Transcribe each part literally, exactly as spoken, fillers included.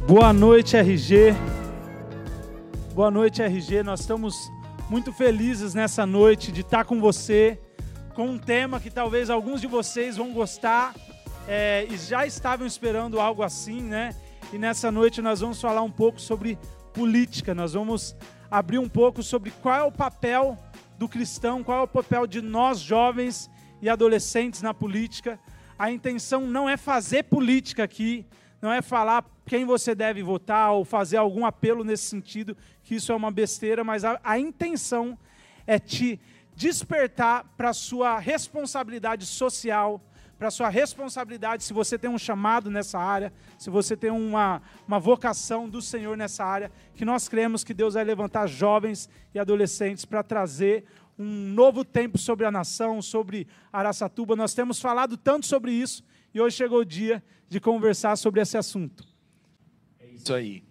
Boa noite, R G. Boa noite, R G. Nós estamos muito felizes nessa noite de estar com você, com um tema que talvez alguns de vocês vão gostar é, e já estavam esperando algo assim, né? E nessa noite nós vamos falar um pouco sobre política. Nós vamos abrir um pouco sobre qual é o papel do cristão, qual é o papel de nós jovens e adolescentes na política. A intenção não é fazer política aqui, não é falar quem você deve votar ou fazer algum apelo nesse sentido, que isso é uma besteira, mas a, a intenção é te despertar para a sua responsabilidade social, para a sua responsabilidade, se você tem um chamado nessa área, se você tem uma, uma vocação do Senhor nessa área, que nós cremos que Deus vai levantar jovens e adolescentes para trazer um novo tempo sobre a nação, sobre Araçatuba. Nós temos falado tanto sobre isso e hoje chegou o dia de conversar sobre esse assunto. É isso aí.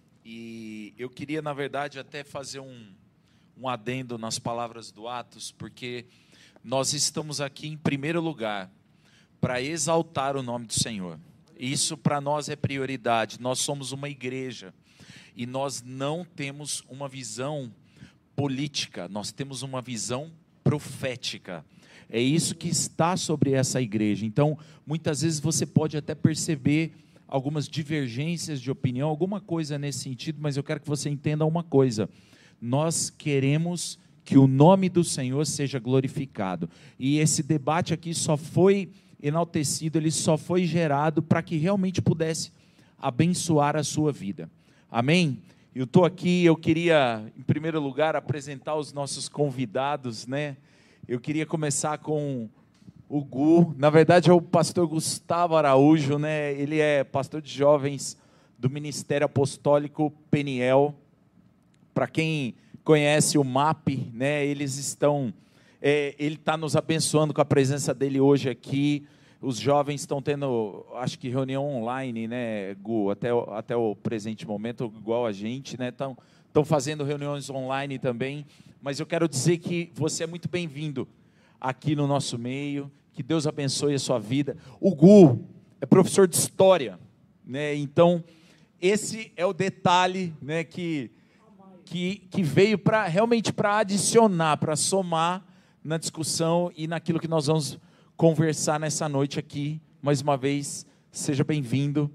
E eu queria, na verdade, até fazer um, um adendo nas palavras do Atos, porque nós estamos aqui, em primeiro lugar, para exaltar o nome do Senhor. Isso para nós é prioridade. Nós somos uma igreja e nós não temos uma visão política, nós temos uma visão profética. É isso que está sobre essa igreja. Então, muitas vezes você pode até perceber algumas divergências de opinião, alguma coisa nesse sentido, mas eu quero que você entenda uma coisa. Nós queremos que o nome do Senhor seja glorificado. E esse debate aqui só foi enaltecido, ele só foi gerado para que realmente pudesse abençoar a sua vida. Amém? Eu estou aqui, eu queria, em primeiro lugar, apresentar os nossos convidados, né? Eu queria começar com o Gu, na verdade é o pastor Gustavo Araújo, né? Ele é pastor de jovens do Ministério Apostólico Peniel. Para quem conhece o M A P, né? Eles estão, é, ele está nos abençoando com a presença dele hoje aqui. Os jovens estão tendo, acho que reunião online, né, Gu, até, até o presente momento, igual a gente, né? Estão, estão fazendo reuniões online também. Mas eu quero dizer que você é muito bem-vindo aqui no nosso meio, que Deus abençoe a sua vida. O Gu é professor de História, né? Então, esse é o detalhe, né, que, que, que veio para realmente para adicionar, para somar na discussão e naquilo que nós vamos conversar nessa noite aqui. Mais uma vez, seja bem-vindo.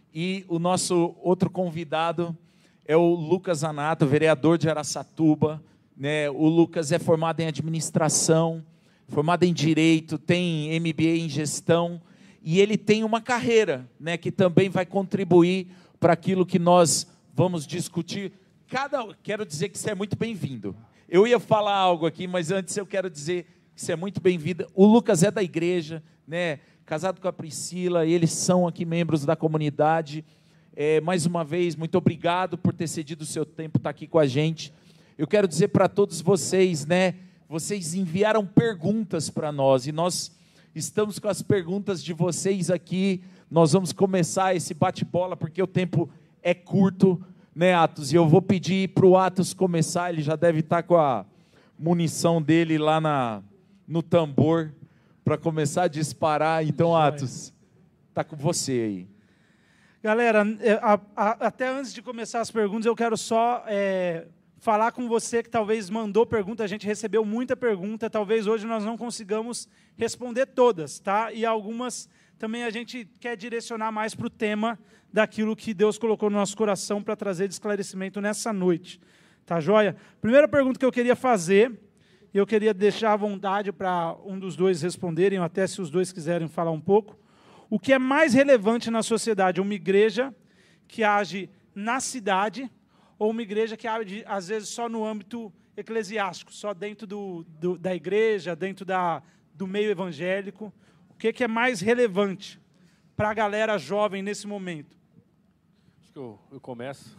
E o nosso outro convidado é o Lucas Anato, vereador de Araçatuba. Né, o Lucas é formado em administração, formado em direito, tem M B A em gestão, e ele tem uma carreira, né, que também vai contribuir para aquilo que nós vamos discutir. Cada, quero dizer que você é muito bem-vindo. Eu ia falar algo aqui, mas antes eu quero dizer que você é muito bem-vindo. O Lucas é da igreja, né, casado com a Priscila, eles são aqui membros da comunidade. É, mais uma vez, muito obrigado por ter cedido o seu tempo, estar aqui com a gente. Eu quero dizer para todos vocês, né, vocês enviaram perguntas para nós, e nós estamos com as perguntas de vocês aqui. Nós vamos começar esse bate-bola, porque o tempo é curto, né, Atos? E eu vou pedir para o Atos começar, ele já deve estar com a munição dele lá na, no tambor, para começar a disparar. Então, Atos, está com você aí. Galera, a, a, até antes de começar as perguntas, eu quero só... É... falar com você que talvez mandou pergunta, a gente recebeu muita pergunta, talvez hoje nós não consigamos responder todas, tá? E algumas também a gente quer direcionar mais para o tema daquilo que Deus colocou no nosso coração para trazer de esclarecimento nessa noite, tá joia? Primeira pergunta que eu queria fazer, e eu queria deixar à vontade para um dos dois responderem, ou até se os dois quiserem falar um pouco. O que é mais relevante na sociedade? Uma igreja que age na cidade, ou uma igreja que age, às vezes, só no âmbito eclesiástico, só dentro do, do, da igreja, dentro da, do meio evangélico? O que, que é mais relevante para a galera jovem nesse momento? Acho que eu, eu começo.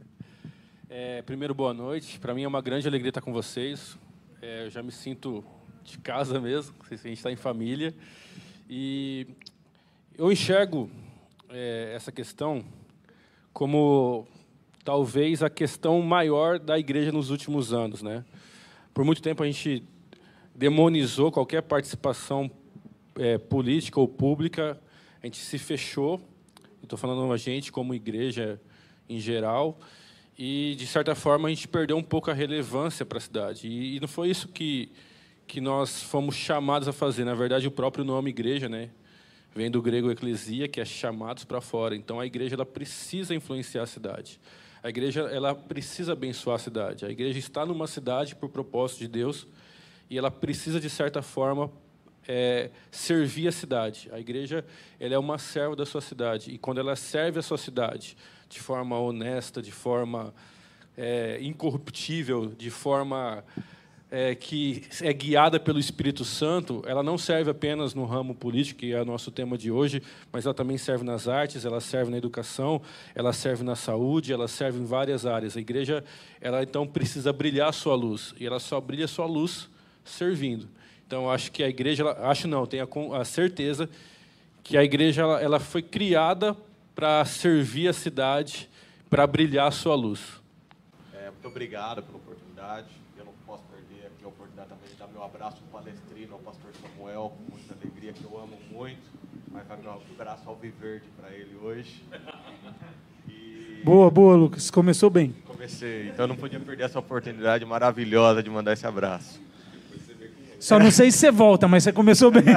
É, primeiro, boa noite. Para mim é uma grande alegria estar com vocês. É, eu já me sinto de casa mesmo, a gente está em família. E eu enxergo é, essa questão como... talvez a questão maior da igreja nos últimos anos, né? Por muito tempo a gente demonizou qualquer participação é, política ou pública, a gente se fechou, estou falando a gente como igreja em geral, e, de certa forma, a gente perdeu um pouco a relevância para a cidade. E, e não foi isso que, que nós fomos chamados a fazer. Na verdade, o próprio nome igreja, né, vem do grego eclesia, que é chamados para fora. Então, a igreja ela precisa influenciar a cidade. A igreja ela precisa abençoar a cidade. A igreja está numa cidade por propósito de Deus e ela precisa, de certa forma, é, servir a cidade. A igreja ela é uma serva da sua cidade. E, quando ela serve a sua cidade de forma honesta, de forma é, incorruptível, de forma é, que é guiada pelo Espírito Santo, ela não serve apenas no ramo político, que é o nosso tema de hoje, mas ela também serve nas artes, ela serve na educação, ela serve na saúde, ela serve em várias áreas. A igreja, ela então precisa brilhar a sua luz, e ela só brilha a sua luz servindo. Então, eu acho que a igreja, ela, acho não, tenho a, a certeza que a igreja ela, ela foi criada para servir a cidade, para brilhar a sua luz. É, muito obrigado pela oportunidade. Eu não posso perder aqui a oportunidade também de dar meu abraço ao palestrino, ao pastor Samuel, com muita alegria, que eu amo muito. Mas vai meu abraço ao Viverde para ele hoje. E... Boa, boa, Lucas. Começou bem. Comecei, então eu não podia perder essa oportunidade maravilhosa de mandar esse abraço. Só não sei se você volta, mas você começou bem.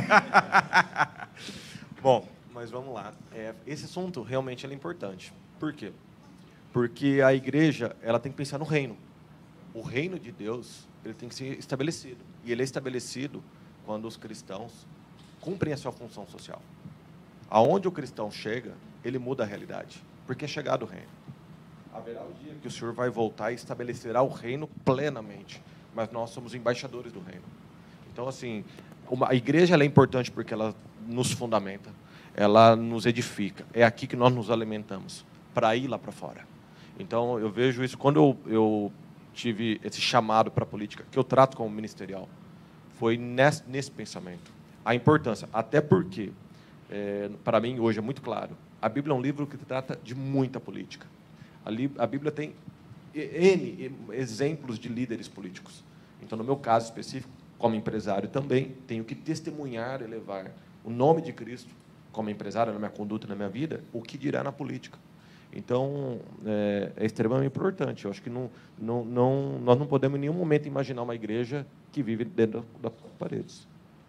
Bom, mas vamos lá. É, esse assunto realmente é importante. Por quê? Porque a igreja ela tem que pensar no reino. O reino de Deus ele tem que ser estabelecido. E ele é estabelecido quando os cristãos cumprem a sua função social. Aonde o cristão chega, ele muda a realidade. Porque é chegado o reino. Haverá o dia que o Senhor vai voltar e estabelecerá o reino plenamente. Mas nós somos embaixadores do reino. Então, assim, uma, a igreja ela é importante porque ela nos fundamenta, ela nos edifica. É aqui que nós nos alimentamos, para ir lá para fora. Então, eu vejo isso, quando eu, eu tive esse chamado para a política, que eu trato como ministerial, foi nesse, nesse pensamento. A importância, até porque, é, para mim, hoje é muito claro, a Bíblia é um livro que trata de muita política. A, li, a Bíblia tem N exemplos de líderes políticos. Então, no meu caso específico, como empresário também, tenho que testemunhar e levar o nome de Cristo como empresário, na minha conduta, na minha vida, o que dirá na política. Então, é, é extremamente importante. Eu acho que não, não, não, nós não podemos em nenhum momento imaginar uma igreja que vive dentro das paredes.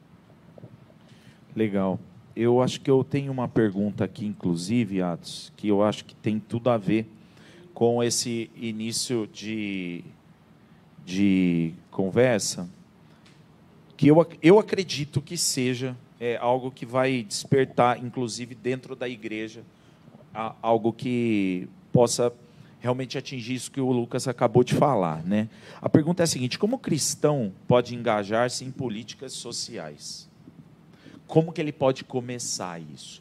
Legal. Eu acho que eu tenho uma pergunta aqui, inclusive, Atos, que eu acho que tem tudo a ver com esse início de, de conversa, que eu, eu acredito que seja é, algo que vai despertar, inclusive, dentro da igreja, a, algo que possa realmente atingir isso que o Lucas acabou de falar, né? A pergunta é a seguinte: como o cristão pode engajar-se em políticas sociais? Como que ele pode começar isso?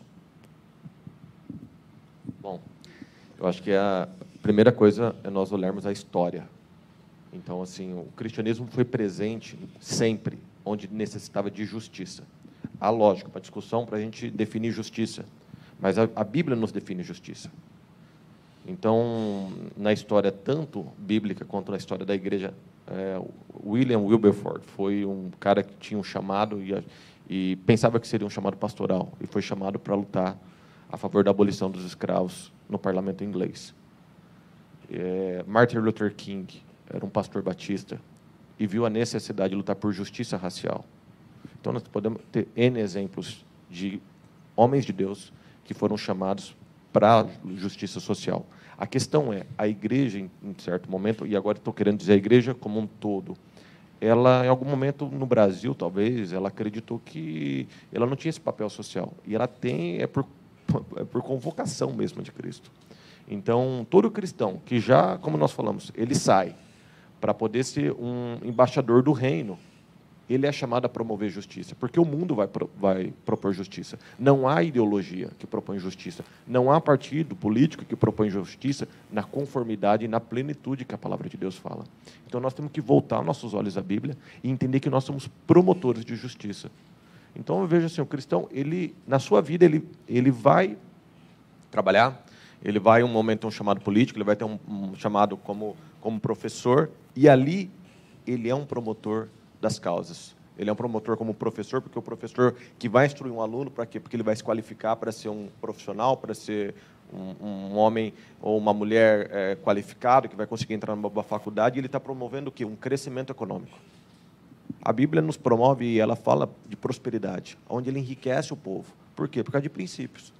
Bom, eu acho que a primeira coisa é nós olharmos a história. Então, assim, o cristianismo foi presente sempre onde necessitava de justiça. Há lógica para discussão para a gente definir justiça, mas a, a Bíblia nos define justiça. Então, na história tanto bíblica quanto na história da igreja, é, William Wilberforce foi um cara que tinha um chamado e, e pensava que seria um chamado pastoral, e foi chamado para lutar a favor da abolição dos escravos no parlamento inglês. É, Martin Luther King era um pastor batista e viu a necessidade de lutar por justiça racial. Então, nós podemos ter N exemplos de homens de Deus que foram chamados para a justiça social. A questão é, a igreja, em certo momento, e agora estou querendo dizer a igreja como um todo, ela, em algum momento, no Brasil, talvez, ela acreditou que ela não tinha esse papel social. E ela tem, é por, é por convocação mesmo de Cristo. Então, todo cristão que já, como nós falamos, ele sai para poder ser um embaixador do reino, ele é chamado a promover justiça, porque o mundo vai, vai propor justiça. Não há ideologia que propõe justiça, não há partido político que propõe justiça na conformidade e na plenitude que a palavra de Deus fala. Então, nós temos que voltar nossos olhos à Bíblia e entender que nós somos promotores de justiça. Então, eu vejo assim, o cristão, ele, na sua vida, ele, ele vai trabalhar, ele vai, um momento, um chamado político, ele vai ter um, um chamado como, como professor, e ali ele é um promotor das causas. Ele é um promotor como professor, porque o professor que vai instruir um aluno, para quê? Porque ele vai se qualificar para ser um profissional, para ser um, um homem ou uma mulher é, qualificado que vai conseguir entrar numa boa faculdade, e ele está promovendo o quê? Um crescimento econômico. A Bíblia nos promove e ela fala de prosperidade, onde ele enriquece o povo. Por quê? Por causa de princípios.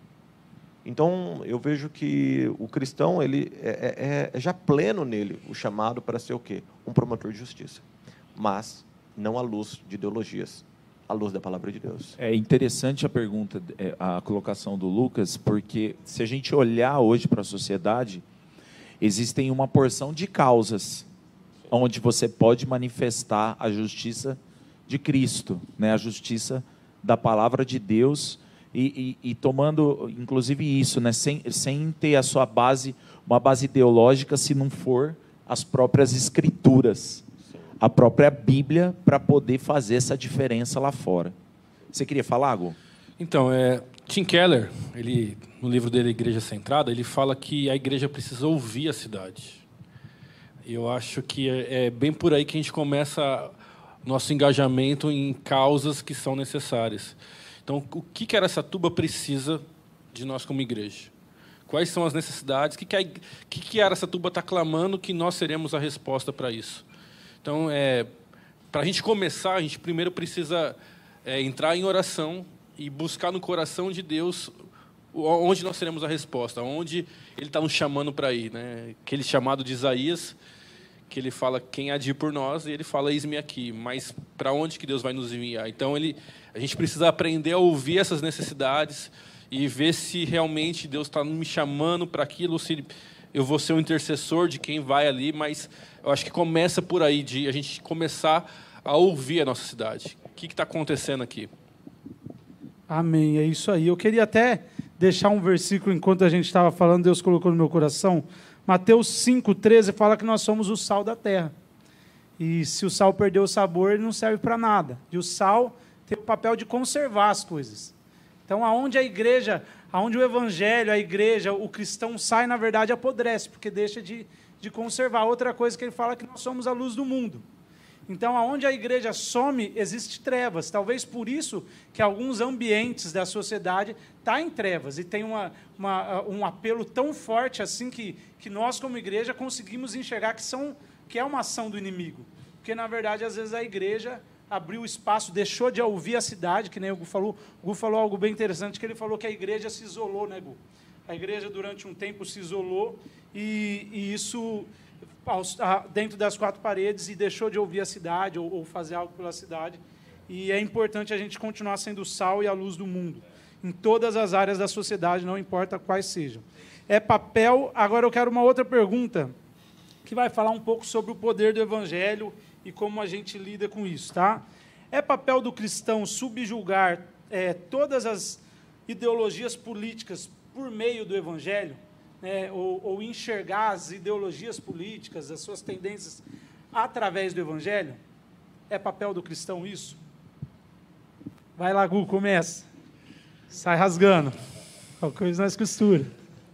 Então, eu vejo que o cristão, ele é, é, é já pleno nele o chamado para ser o quê? Um promotor de justiça. Mas não à luz de ideologias, à luz da palavra de Deus. É interessante a pergunta, a colocação do Lucas, porque se a gente olhar hoje para a sociedade, existem uma porção de causas onde você pode manifestar a justiça de Cristo, né? A justiça da palavra de Deus, e, e, e tomando, inclusive, isso, né? sem, sem ter a sua base, uma base ideológica, se não for as próprias escrituras, a própria Bíblia, para poder fazer essa diferença lá fora. Você queria falar, Gu? Então, é, Tim Keller, ele, no livro dele, Igreja Centrada, ele fala que a igreja precisa ouvir a cidade. Eu acho que é, é bem por aí que a gente começa nosso engajamento em causas que são necessárias. Então, o que que Araçatuba precisa de nós como igreja? Quais são as necessidades? O que que, a, que, que Araçatuba está clamando que nós seremos a resposta para isso? Então, é, para a gente começar, a gente primeiro precisa é, entrar em oração e buscar no coração de Deus onde nós seremos a resposta, onde Ele está nos chamando para ir, né? Aquele chamado de Isaías, que ele fala quem há de ir por nós, e ele fala eis-me aqui, mas para onde que Deus vai nos enviar? Então ele, a gente precisa aprender a ouvir essas necessidades e ver se realmente Deus está me chamando para aquilo, se eu vou ser um intercessor de quem vai ali, mas eu acho que começa por aí, de a gente começar a ouvir a nossa cidade. O que está acontecendo aqui? Amém, é isso aí. Eu queria até deixar um versículo, enquanto a gente estava falando, Deus colocou no meu coração. Mateus cinco, treze fala que nós somos o sal da terra. E se o sal perder o sabor, ele não serve para nada. E o sal tem o papel de conservar as coisas. Então, aonde a igreja, aonde o evangelho, a igreja, o cristão sai, na verdade, apodrece, porque deixa de, de conservar. Outra coisa que ele fala é que nós somos a luz do mundo. Então, aonde a igreja some, existe trevas. Talvez por isso que alguns ambientes da sociedade estão em trevas e tem uma, uma, um apelo tão forte assim que, que nós, como igreja, conseguimos enxergar que, são, que é uma ação do inimigo. Porque, na verdade, às vezes a igreja abriu espaço, deixou de ouvir a cidade, que nem o Gu falou. O Gu falou algo bem interessante, que ele falou que a igreja se isolou, né, Gu? A igreja, durante um tempo, se isolou e, e isso... dentro das quatro paredes, e deixou de ouvir a cidade ou, ou fazer algo pela cidade. E é importante a gente continuar sendo o sal e a luz do mundo, em todas as áreas da sociedade, não importa quais sejam. É papel... Agora eu quero uma outra pergunta, que vai falar um pouco sobre o poder do evangelho e como a gente lida com isso, tá? É papel do cristão subjugar é, todas as ideologias políticas por meio do evangelho? É, ou, ou enxergar as ideologias políticas, as suas tendências, através do evangelho? É papel do cristão isso? Vai lá, Gu, começa. Sai rasgando. Qualquer coisa nós costura.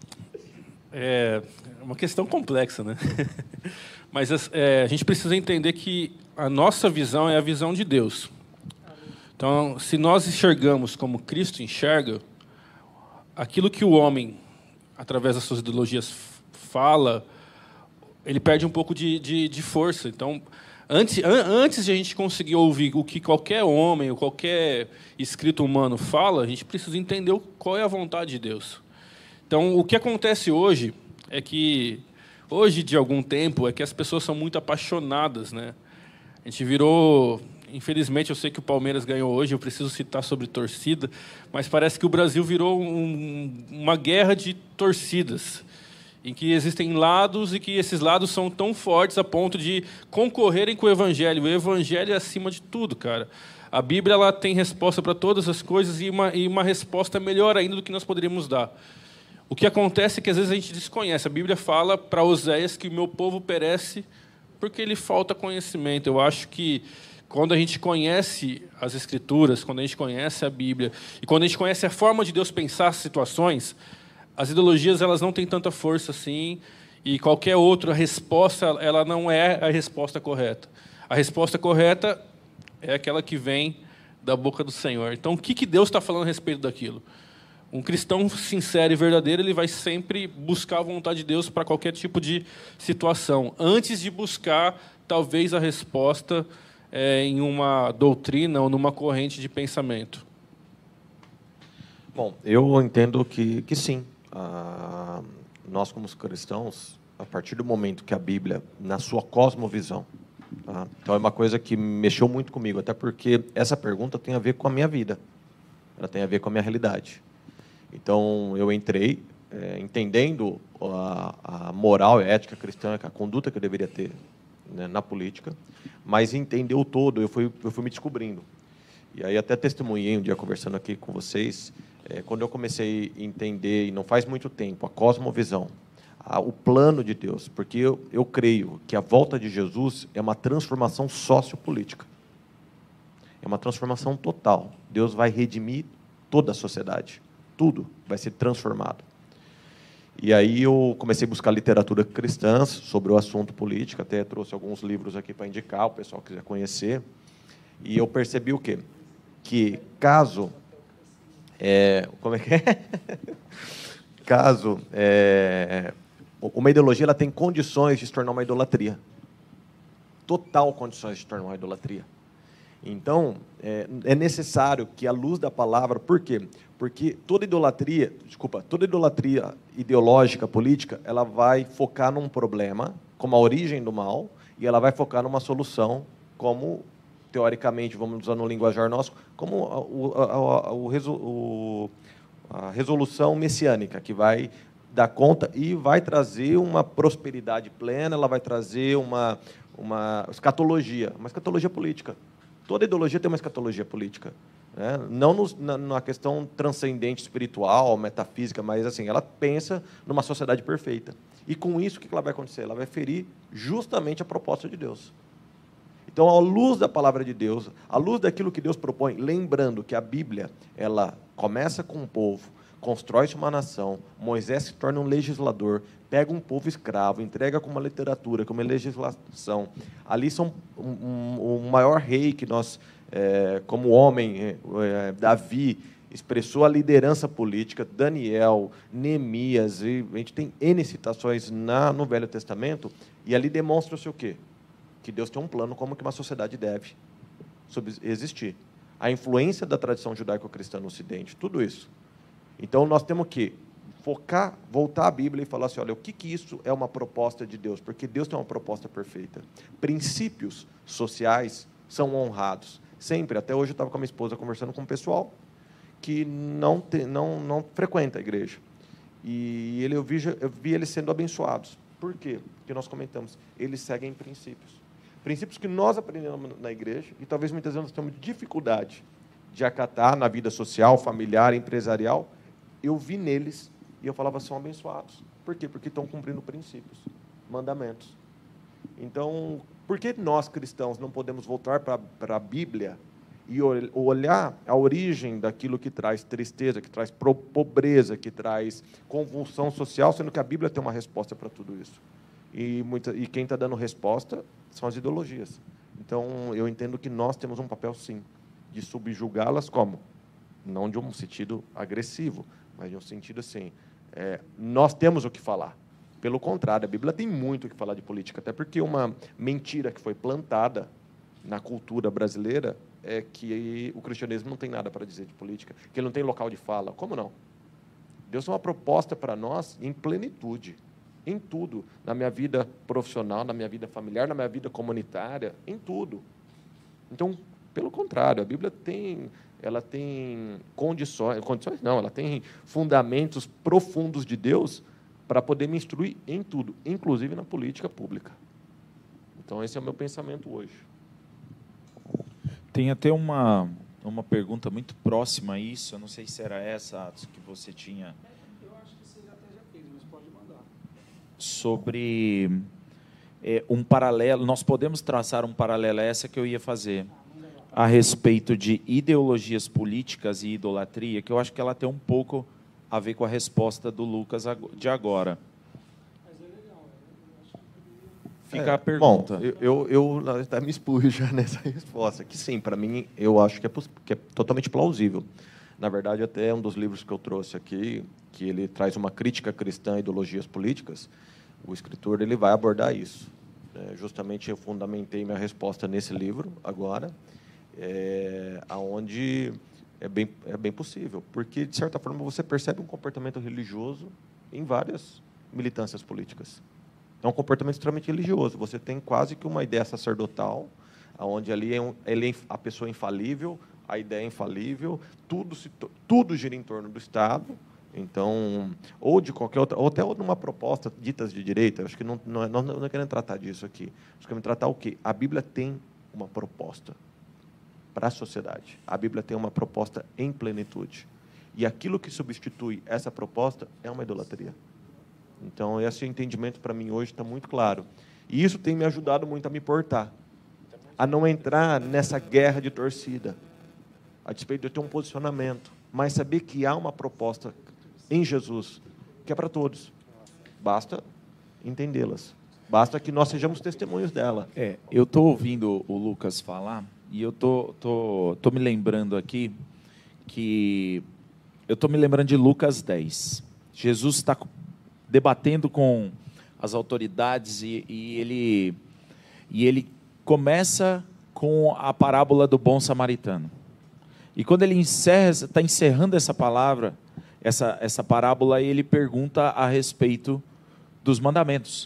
É uma questão complexa, né? Mas é, a gente precisa entender que a nossa visão é a visão de Deus. Então, se nós enxergamos como Cristo enxerga, aquilo que o homem, através das suas ideologias, fala, ele perde um pouco de, de, de força. Então, antes, an, antes de a gente conseguir ouvir o que qualquer homem ou qualquer escrito humano fala, a gente precisa entender qual é a vontade de Deus. Então, o que acontece hoje é que, hoje, de algum tempo, é que as pessoas são muito apaixonadas, né? A gente virou... Infelizmente, eu sei que o Palmeiras ganhou hoje, eu preciso citar sobre torcida, mas parece que o Brasil virou um, uma guerra de torcidas, em que existem lados e que esses lados são tão fortes a ponto de concorrerem com o Evangelho. O Evangelho é acima de tudo, cara. A Bíblia ela tem resposta para todas as coisas e uma, e uma resposta melhor ainda do que nós poderíamos dar. O que acontece é que às vezes a gente desconhece. A Bíblia fala para Oséias que o meu povo perece porque lhe falta conhecimento. Eu acho que quando a gente conhece as Escrituras, quando a gente conhece a Bíblia, e quando a gente conhece a forma de Deus pensar as situações, as ideologias elas não têm tanta força assim, e qualquer outra resposta ela não é a resposta correta. A resposta correta é aquela que vem da boca do Senhor. Então, o que, que Deus está falando a respeito daquilo? Um cristão sincero e verdadeiro, ele vai sempre buscar a vontade de Deus para qualquer tipo de situação, antes de buscar, talvez, a resposta é, em uma doutrina ou numa corrente de pensamento. Bom, eu entendo que, que sim. Ah, nós, como cristãos, a partir do momento que a Bíblia, na sua cosmovisão, tá? Então é uma coisa que mexeu muito comigo, até porque essa pergunta tem a ver com a minha vida, ela tem a ver com a minha realidade. Então, eu entrei é, entendendo a, a moral e a ética cristã, a conduta que eu deveria ter, né, na política, mas entender o todo, eu fui, eu fui me descobrindo. E aí até testemunhei um dia conversando aqui com vocês, é, quando eu comecei a entender, e não faz muito tempo, a cosmovisão, a, o plano de Deus, porque eu, eu creio que a volta de Jesus é uma transformação sociopolítica. É uma transformação total. Deus vai redimir toda a sociedade. Tudo vai ser transformado. E aí eu comecei a buscar literatura cristã sobre o assunto político, até trouxe alguns livros aqui para indicar, o pessoal quiser conhecer. E eu percebi o quê? Que caso... É, como é que é? Caso é, uma ideologia ela tem condições de se tornar uma idolatria. Total condições de se tornar uma idolatria. Então, é, é necessário que a luz da palavra... Por quê? Porque toda idolatria, desculpa, toda idolatria ideológica, política, ela vai focar num problema, como a origem do mal, e ela vai focar numa solução, como, teoricamente, vamos usar no linguajar nosso, como o, a, a, o, o, a resolução messiânica, que vai dar conta e vai trazer uma prosperidade plena, ela vai trazer uma, uma escatologia, uma escatologia política. Toda ideologia tem uma escatologia política, né? Não no, na, na questão transcendente, espiritual, metafísica, mas assim, ela pensa numa sociedade perfeita. E com isso, o que ela vai acontecer? Ela vai ferir justamente a proposta de Deus. Então, à luz da palavra de Deus, à luz daquilo que Deus propõe, lembrando que a Bíblia, ela começa com um povo, constrói-se uma nação, Moisés se torna um legislador, pega um povo escravo, entrega como uma literatura, como uma legislação. Ali são o um, um maior rei que nós, é, como homem, é, Davi, expressou a liderança política, Daniel, Neemias, e a gente tem N citações na, no Velho Testamento, e ali demonstra-se o quê? Que Deus tem um plano como que uma sociedade deve existir. A influência da tradição judaico-cristã no Ocidente, tudo isso. Então, nós temos que focar, voltar à Bíblia e falar assim, olha, o que, que isso é uma proposta de Deus? Porque Deus tem uma proposta perfeita. Princípios sociais são honrados. Sempre, até hoje eu estava com a minha esposa conversando com um pessoal que não, te, não, não frequenta a igreja. E ele, eu, vi, eu vi eles sendo abençoados. Por quê? Porque nós comentamos, eles seguem princípios. Princípios que nós aprendemos na igreja e talvez muitas vezes nós temos dificuldade de acatar na vida social, familiar, empresarial. Eu vi neles e eu falava, são abençoados. Por quê? Porque estão cumprindo princípios, mandamentos. Então, por que nós, cristãos, não podemos voltar para, para a Bíblia e olhar a origem daquilo que traz tristeza, que traz pobreza, que traz convulsão social, sendo que a Bíblia tem uma resposta para tudo isso? E, muita, e quem está dando resposta são as ideologias. Então, eu entendo que nós temos um papel, sim, de subjugá-las como? Não de um sentido agressivo, mas de um sentido assim, é, nós temos o que falar. Pelo contrário, a Bíblia tem muito o que falar de política, até porque uma mentira que foi plantada na cultura brasileira é que o cristianismo não tem nada para dizer de política, que ele não tem local de fala. Como não? Deus tem uma proposta para nós em plenitude, em tudo, na minha vida profissional, na minha vida familiar, na minha vida comunitária, em tudo. Então, pelo contrário, a Bíblia tem... ela tem condições, condições não, ela tem fundamentos profundos de Deus para poder me instruir em tudo, inclusive na política pública. Então, esse é o meu pensamento hoje. Tem até uma, uma pergunta muito próxima a isso, eu não sei se era essa, Atos, que você tinha... Eu acho que você até já fez, mas pode mandar. Sobre é, um paralelo, nós podemos traçar um paralelo a essa que eu ia fazer, a respeito de ideologias políticas e idolatria, que eu acho que ela tem um pouco a ver com a resposta do Lucas de agora. Mas é legal. Fica é, a pergunta. Bom, eu, eu, eu até me expus já nessa resposta, que sim, para mim, eu acho que é, que é totalmente plausível. Na verdade, até um dos livros que eu trouxe aqui, que ele traz uma crítica cristã a ideologias políticas, o escritor ele vai abordar isso. É, justamente eu fundamentei minha resposta nesse livro, agora, é, onde é bem, é bem possível, porque, de certa forma, você percebe um comportamento religioso em várias militâncias políticas. É um comportamento extremamente religioso. Você tem quase que uma ideia sacerdotal, onde ali é um, ele é a pessoa infalível, a ideia é infalível, tudo, se, tudo gira em torno do Estado. Então, ou de qualquer outra, ou até numa proposta ditas de direita, acho que não, não, não, não queremos tratar disso aqui. Nós queremos tratar o quê? A Bíblia tem uma proposta para a sociedade. A Bíblia tem uma proposta em plenitude. E aquilo que substitui essa proposta é uma idolatria. Então, esse entendimento para mim hoje está muito claro. E isso tem me ajudado muito a me portar, a não entrar nessa guerra de torcida, a despeito de eu ter um posicionamento, mas saber que há uma proposta em Jesus que é para todos. Basta entendê-las. Basta que nós sejamos testemunhos dela. É, eu estou ouvindo o Lucas falar e eu tô, tô, tô me lembrando aqui que eu estou me lembrando de Lucas dez. Jesus está debatendo com as autoridades e, e, ele, e ele começa com a parábola do bom samaritano. E quando ele encerra, está encerrando essa palavra, essa, essa parábola, ele pergunta a respeito dos mandamentos.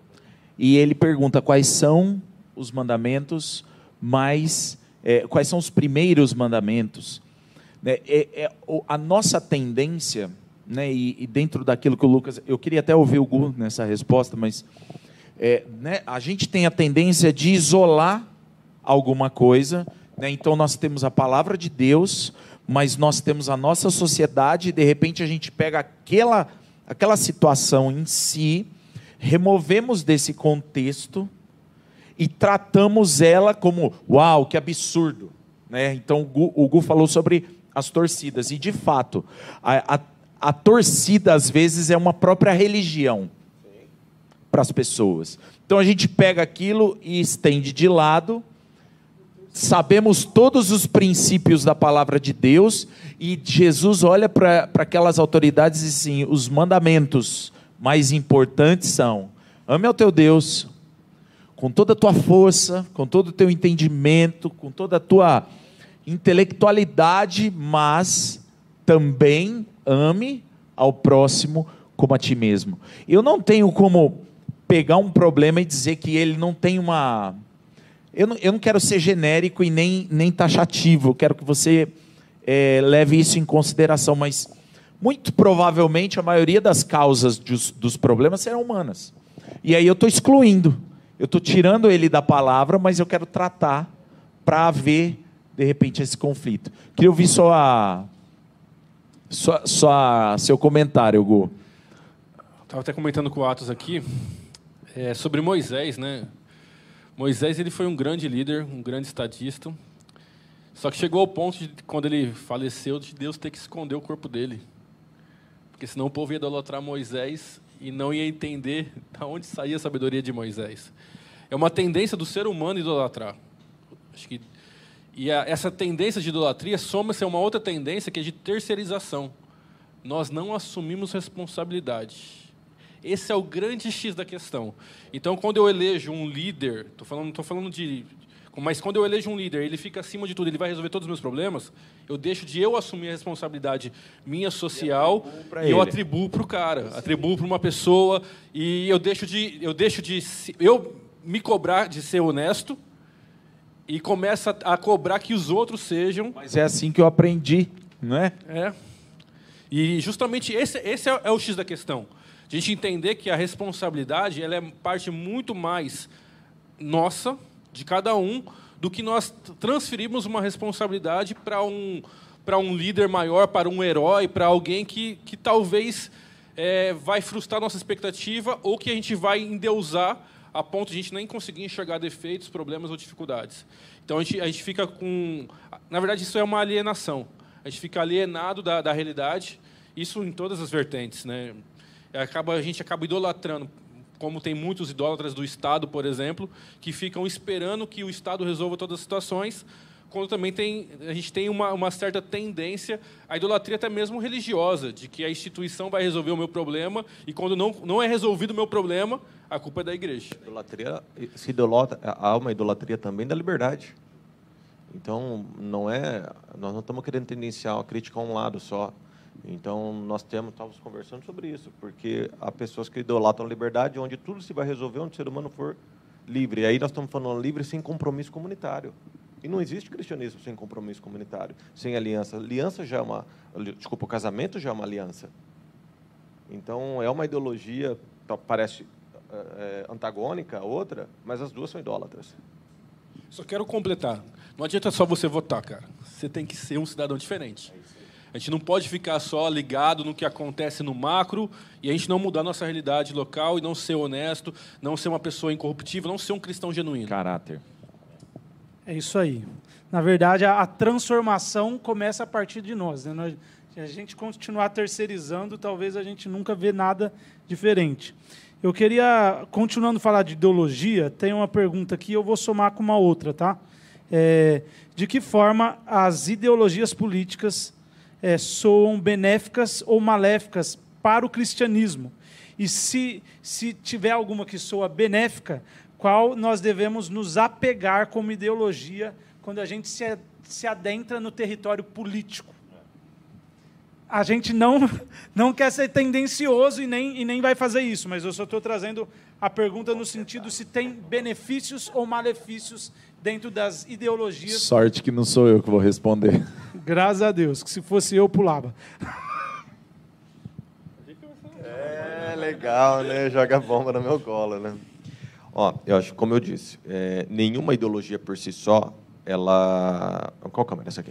E ele pergunta quais são os mandamentos, mais, é, quais são os primeiros mandamentos. É, é, é, a nossa tendência, né, e, e dentro daquilo que o Lucas... Eu queria até ouvir o Gu nessa resposta, mas é, né, a gente tem a tendência de isolar alguma coisa, né, então nós temos a palavra de Deus, mas nós temos a nossa sociedade, e de repente a gente pega aquela, aquela situação em si, removemos desse contexto e tratamos ela como, uau, que absurdo. Né? Então o Gu, o Gu falou sobre as torcidas, e de fato, a, a, a torcida às vezes é uma própria religião para as pessoas. Então a gente pega aquilo e estende de lado. Sabemos todos os princípios da palavra de Deus, e Jesus olha para aquelas autoridades e diz assim, os mandamentos mais importantes são: ame ao teu Deus com toda a tua força, com todo o teu entendimento, com toda a tua intelectualidade, mas também ame ao próximo como a ti mesmo. Eu não tenho como pegar um problema e dizer que ele não tem uma... Eu não, eu não quero ser genérico e nem, nem taxativo, eu quero que você é, leve isso em consideração, mas muito provavelmente a maioria das causas dos, dos problemas serão humanas. E aí eu estou excluindo, eu estou tirando ele da palavra, mas eu quero tratar para haver, de repente, esse conflito. Queria ouvir só, a, só, só a, seu comentário, Gu. Estava até comentando com o Atos aqui, é, sobre Moisés, né? Moisés, ele foi um grande líder, um grande estadista, só que chegou ao ponto de, quando ele faleceu, de Deus ter que esconder o corpo dele, porque senão o povo ia idolatrar Moisés e não ia entender de onde saía a sabedoria de Moisés. É uma tendência do ser humano idolatrar. Acho que, e a, essa tendência de idolatria soma-se a uma outra tendência, que é de terceirização. Nós não assumimos responsabilidade. Esse é o grande X da questão. Então, quando eu elejo um líder, tô falando, tô falando de... Mas quando eu elejo um líder, ele fica acima de tudo, ele vai resolver todos os meus problemas, eu deixo de eu assumir a responsabilidade minha social e eu atribuo para o cara, Sim. atribuo para uma pessoa, e eu deixo de... Eu, deixo de, eu me cobrar de ser honesto e começo a, a cobrar que os outros sejam... Mas é assim que eu aprendi, não é? É. E justamente esse, esse é, é o X da questão. A gente entender que a responsabilidade ela é parte muito mais nossa, de cada um, do que nós transferimos uma responsabilidade para um, para um líder maior, para um herói, para alguém que, que talvez é, vai frustrar nossa expectativa ou que a gente vai endeusar a ponto de a gente nem conseguir enxergar defeitos, problemas ou dificuldades. Então, a gente, a gente fica com... Na verdade, isso é uma alienação. A gente fica alienado da, da realidade, isso em todas as vertentes, né? Acaba, a gente acaba idolatrando, como tem muitos idólatras do Estado, por exemplo, que ficam esperando que o Estado resolva todas as situações, quando também tem, a gente tem uma, uma certa tendência à idolatria até mesmo religiosa, de que a instituição vai resolver o meu problema, e quando não, não é resolvido o meu problema, a culpa é da igreja. Idolatria, se idolatra, há uma idolatria também da liberdade. Então, não é, nós não estamos querendo tendenciar a criticar um lado só. Então, nós temos, estávamos conversando sobre isso, porque há pessoas que idolatram a liberdade, onde tudo se vai resolver, onde o ser humano for livre. E aí nós estamos falando livre sem compromisso comunitário. E não existe cristianismo sem compromisso comunitário, sem aliança. Aliança já é uma... Desculpa, o casamento já é uma aliança. Então, é uma ideologia, parece é, antagônica a outra, mas as duas são idólatras. Só quero completar. Não adianta só você votar, cara. Você tem que ser um cidadão diferente. A gente não pode ficar só ligado no que acontece no macro e a gente não mudar a nossa realidade local e não ser honesto, não ser uma pessoa incorruptível, não ser um cristão genuíno. Caráter. É isso aí. Na verdade, a, a transformação começa a partir de nós, né? Nós, se a gente continuar terceirizando, talvez a gente nunca vê nada diferente. Eu queria, continuando a falar de ideologia, tem uma pergunta aqui, eu vou somar com uma outra, tá? É, de que forma as ideologias políticas é, soam benéficas ou maléficas para o cristianismo? E se, se tiver alguma que soa benéfica, qual nós devemos nos apegar como ideologia quando a gente se, se adentra no território político? A gente não, não quer ser tendencioso e nem, e nem vai fazer isso, mas eu só estou trazendo a pergunta no sentido se tem benefícios ou malefícios dentro das ideologias. Sorte que não sou eu que vou responder. Graças a Deus, que se fosse eu, pulava. É legal, né? Joga bomba no meu colo, né? Ó, eu acho, como eu disse, é, nenhuma ideologia por si só, ela... Qual câmera é essa aqui?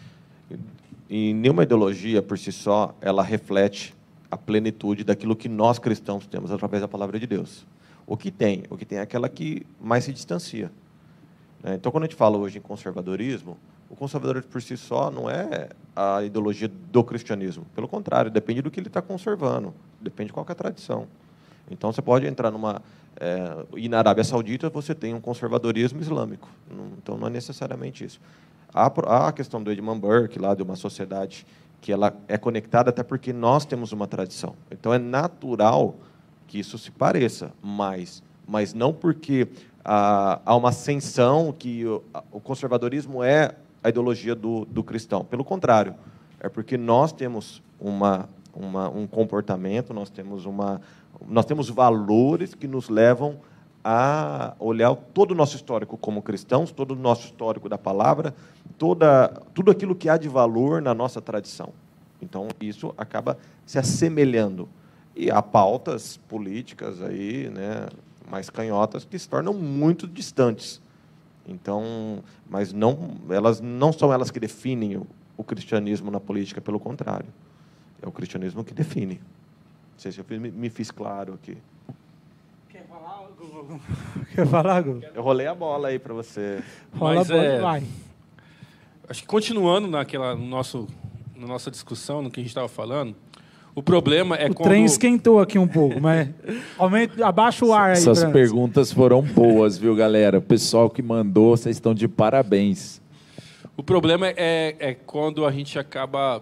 E nenhuma ideologia por si só, ela reflete a plenitude daquilo que nós cristãos temos através da palavra de Deus. O que tem? O que tem é aquela que mais se distancia. Então, quando a gente fala hoje em conservadorismo, o conservadorismo por si só não é a ideologia do cristianismo. Pelo contrário, depende do que ele está conservando, depende de qual que é a tradição. Então, você pode entrar numa... É, e na Arábia Saudita você tem um conservadorismo islâmico. Não, então, não é necessariamente isso. Há, há a questão do Edmund Burke, lá de uma sociedade que ela é conectada até porque nós temos uma tradição. Então, é natural que isso se pareça, mas, mas não porque ah, há uma ascensão que o, o conservadorismo é a ideologia do, do cristão. Pelo contrário, é porque nós temos uma, uma, um comportamento, nós temos, uma, nós temos valores que nos levam a olhar todo o nosso histórico como cristãos, todo o nosso histórico da palavra, toda, tudo aquilo que há de valor na nossa tradição. Então, isso acaba se assemelhando. E há pautas políticas aí, né, mais canhotas que se tornam muito distantes. Então, mas não, elas não são elas que definem o, o cristianismo na política, pelo contrário. É o cristianismo que define. Não sei se eu me, me fiz claro aqui. Quer falar, Gugu? Quer falar, Gugu? Eu rolei a bola aí para você. Rola Mas, a bola é, e vai. Acho que continuando naquela, no nosso, na nossa discussão, no que a gente estava falando, o problema é o quando... trem esquentou aqui um pouco, mas aumenta, abaixa o ar aí. Essas Francis. perguntas foram boas, viu, galera? O pessoal que mandou, vocês estão de parabéns. O problema é, é quando a gente acaba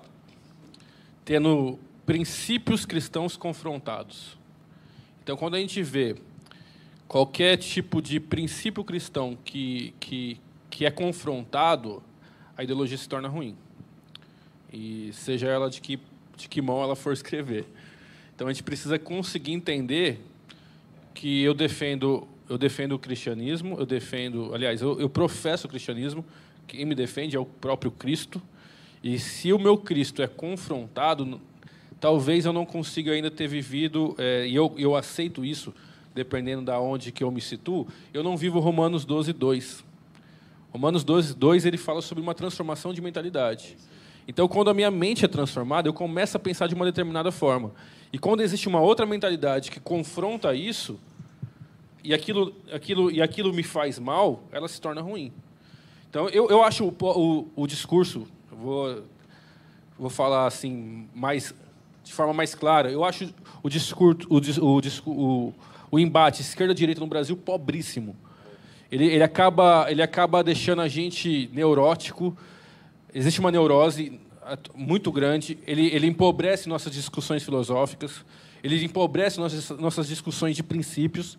tendo princípios cristãos confrontados. Então, quando a gente vê qualquer tipo de princípio cristão que, que, que é confrontado, a ideologia se torna ruim. E seja ela de que, de que mão ela for escrever. Então, a gente precisa conseguir entender que eu defendo, eu defendo o cristianismo, eu defendo... Aliás, eu, eu professo o cristianismo, quem me defende é o próprio Cristo, e se o meu Cristo é confrontado, talvez eu não consiga ainda ter vivido, é, e eu, eu aceito isso, dependendo de onde que eu me situo, eu não vivo Romanos doze, dois. Romanos doze, dois, ele fala sobre uma transformação de mentalidade. Então, quando a minha mente é transformada, eu começo a pensar de uma determinada forma. E quando existe uma outra mentalidade que confronta isso, e aquilo, aquilo, e aquilo me faz mal, ela se torna ruim. Então, eu, eu acho o, o, o discurso, eu vou, vou falar assim, mais, de forma mais clara, eu acho o discurso, o, o, o, o embate esquerda-direita no Brasil pobríssimo. ele, ele, acaba, ele acaba deixando a gente neurótico. Existe uma neurose muito grande. Ele, ele empobrece nossas discussões filosóficas. Ele empobrece nossas, nossas discussões de princípios.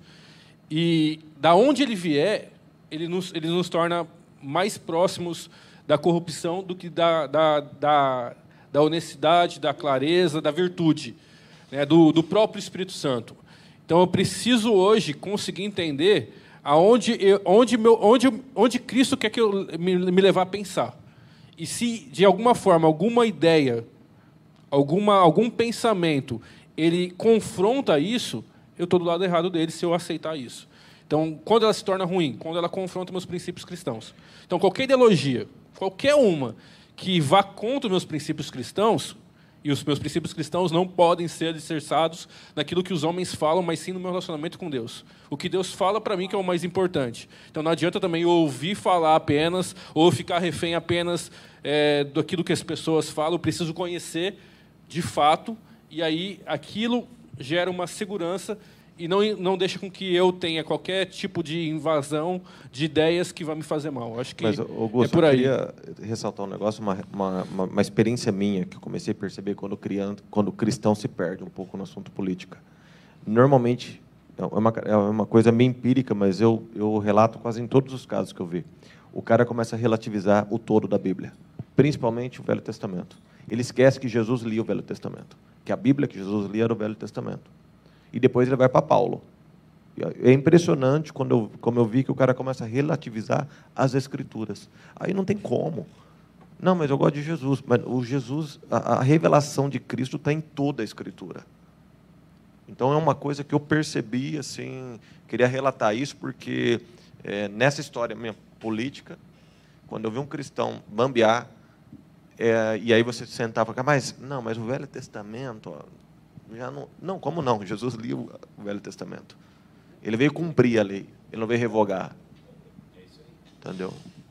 E, da onde ele vier, ele nos, ele nos torna mais próximos da corrupção do que da, da, da, da honestidade, da clareza, da virtude, né, do, do próprio Espírito Santo. Então, eu preciso hoje conseguir entender aonde, eu, onde, meu, onde, onde Cristo quer que eu me, me levar a pensar. E se, de alguma forma, alguma ideia, alguma, algum pensamento, ele confronta isso, eu estou do lado errado dele se eu aceitar isso. Então, quando ela se torna ruim? Quando ela confronta meus princípios cristãos. Então, qualquer ideologia, qualquer uma que vá contra os meus princípios cristãos, e os meus princípios cristãos não podem ser alicerçados naquilo que os homens falam, mas sim no meu relacionamento com Deus. O que Deus fala para mim que é o mais importante. Então, não adianta também eu ouvir falar apenas, ou ficar refém apenas é, daquilo que as pessoas falam. Eu preciso conhecer de fato, e aí aquilo gera uma segurança e não, não deixa com que eu tenha qualquer tipo de invasão de ideias que vai me fazer mal. Acho que Mas, Augusto, é por aí. Eu queria ressaltar um negócio, uma, uma, uma, uma experiência minha que eu comecei a perceber quando, criando, quando o cristão se perde um pouco no assunto política. Normalmente, é uma, é uma coisa meio empírica, mas eu, eu relato quase em todos os casos que eu vi. O cara começa a relativizar o todo da Bíblia, principalmente o Velho Testamento. Ele esquece que Jesus lia o Velho Testamento, que a Bíblia que Jesus lia era o Velho Testamento. E depois ele vai para Paulo. É impressionante quando eu, como eu vi que o cara começa a relativizar as Escrituras. Aí não tem como. Não, mas eu gosto de Jesus. Mas o Jesus, a, a revelação de Cristo está em toda a Escritura. Então é uma coisa que eu percebi, assim, queria relatar isso porque é, nessa história minha política, quando eu vi um cristão bambear, é, e aí você sentava e falava, mas não, mas o Velho Testamento, ó, já não, não, como não? Jesus lia o Velho Testamento. Ele veio cumprir a lei, ele não veio revogar. Entendeu?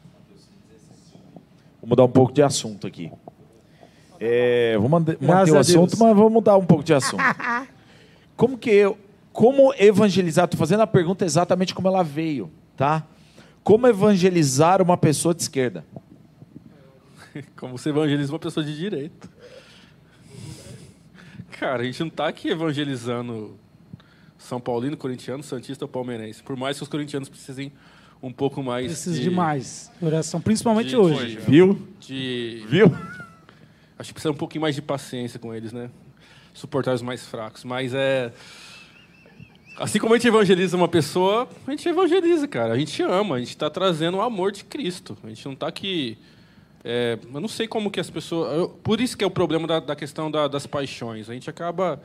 Vou mudar um pouco de assunto aqui. É, vou manter, manter o assunto, mas vou mudar um pouco de assunto. Como que eu, como evangelizar? Estou fazendo a pergunta exatamente como ela veio, tá? Como evangelizar uma pessoa de esquerda? Como você evangeliza uma pessoa de direita. Cara, a gente não está aqui evangelizando São Paulino, corintiano, santista ou palmeirense. Por mais que os corintianos precisem um pouco mais... Precisa de, demais. Oração, principalmente de, hoje. de, Viu? De, Viu? Acho que precisa um pouquinho mais de paciência com eles, né? Suportar os mais fracos. Mas é... Assim como a gente evangeliza uma pessoa, a gente evangeliza, cara. A gente ama, a gente está trazendo o amor de Cristo. A gente não está aqui... É, eu não sei como que as pessoas... Eu, por isso que é o problema da, da questão da, das paixões. A gente acaba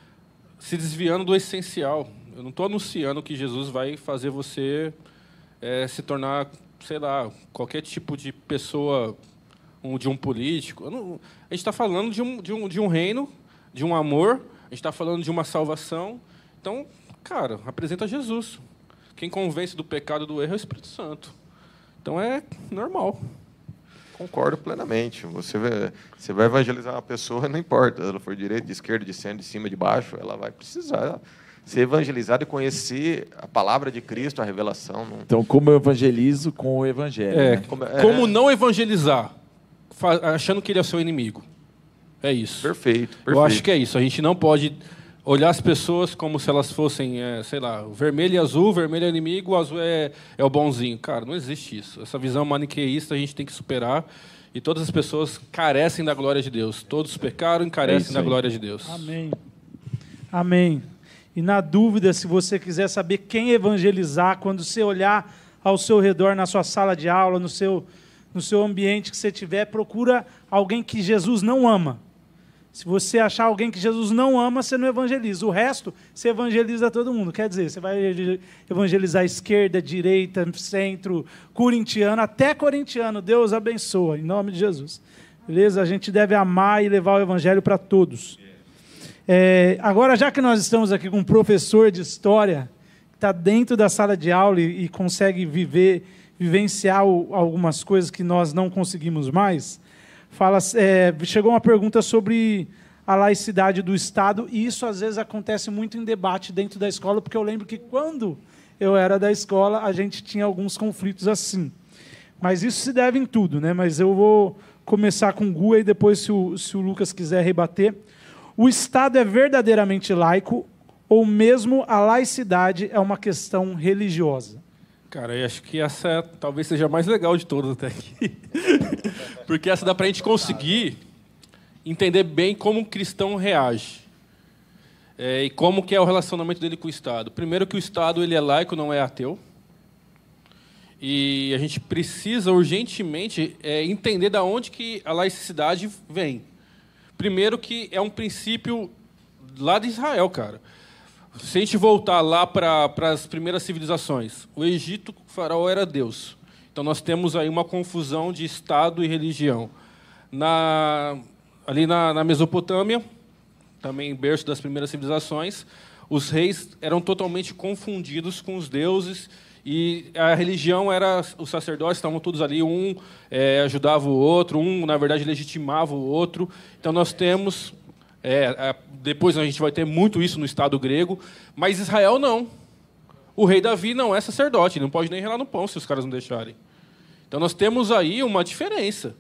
se desviando do essencial. Eu não estou anunciando que Jesus vai fazer você é, se tornar, sei lá, qualquer tipo de pessoa, um, de um político. Não, a gente está falando de um, de, um, de um reino, de um amor, a gente está falando de uma salvação. Então, cara, apresenta Jesus. Quem convence do pecado e do erro é o Espírito Santo. Então, é normal. Concordo plenamente. Você vai, você vai evangelizar uma pessoa, não importa se ela for de direita, de esquerda, de centro, de cima, de baixo, ela vai precisar ser evangelizada e conhecer a palavra de Cristo, a revelação. Não... Então, como eu evangelizo com o evangelho? É, né? como, é... como não evangelizar, achando que ele é seu inimigo. É isso. Perfeito, perfeito. Eu acho que é isso. A gente não pode olhar as pessoas como se elas fossem, é, sei lá, vermelho e azul, vermelho é inimigo, o azul é, é o bonzinho. Cara, não existe isso. Essa visão maniqueísta a gente tem que superar. E todas as pessoas carecem da glória de Deus. Todos pecaram e carecem é da glória de Deus. Amém. Amém. E na dúvida, se você quiser saber quem evangelizar, quando você olhar ao seu redor, na sua sala de aula, no seu, no seu ambiente que você tiver, procura alguém que Jesus não ama. Se você achar alguém que Jesus não ama, você não evangeliza. O resto, você evangeliza todo mundo. Quer dizer, você vai evangelizar esquerda, direita, centro, corintiano, até corintiano. Deus abençoa, em nome de Jesus. Beleza? A gente deve amar e levar o evangelho para todos. É, agora, já que nós estamos aqui com um professor de história, que está dentro da sala de aula e, e consegue viver, vivenciar o, algumas coisas que nós não conseguimos mais... Fala, é, chegou uma pergunta sobre a laicidade do Estado, e isso às vezes acontece muito em debate dentro da escola, porque eu lembro que quando eu era da escola, a gente tinha alguns conflitos assim. Mas isso se deve em tudo, né? Mas eu vou começar com o Gu e depois, se o, se o Lucas quiser rebater. O Estado é verdadeiramente laico ou mesmo a laicidade é uma questão religiosa? Cara, eu acho que essa talvez seja a mais legal de todas até aqui. Porque essa dá para a gente conseguir entender bem como um cristão reage. É, e como que é o relacionamento dele com o Estado. Primeiro que o Estado ele é laico, não é ateu. E a gente precisa urgentemente é, entender de onde que a laicidade vem. Primeiro que é um princípio lá de Israel, cara. Se a gente voltar lá para as primeiras civilizações, o Egito, o faraó era Deus. Então nós temos aí uma confusão de Estado e religião. Na, ali na, na Mesopotâmia, também berço das primeiras civilizações, os reis eram totalmente confundidos com os deuses e a religião era, os sacerdotes estavam todos ali, um é, ajudava o outro, um, na verdade, legitimava o outro. Então nós temos... É, depois a gente vai ter muito isso no Estado grego, mas Israel não. O rei Davi não é sacerdote, ele não pode nem relar no pão se os caras não deixarem. Então nós temos aí uma diferença.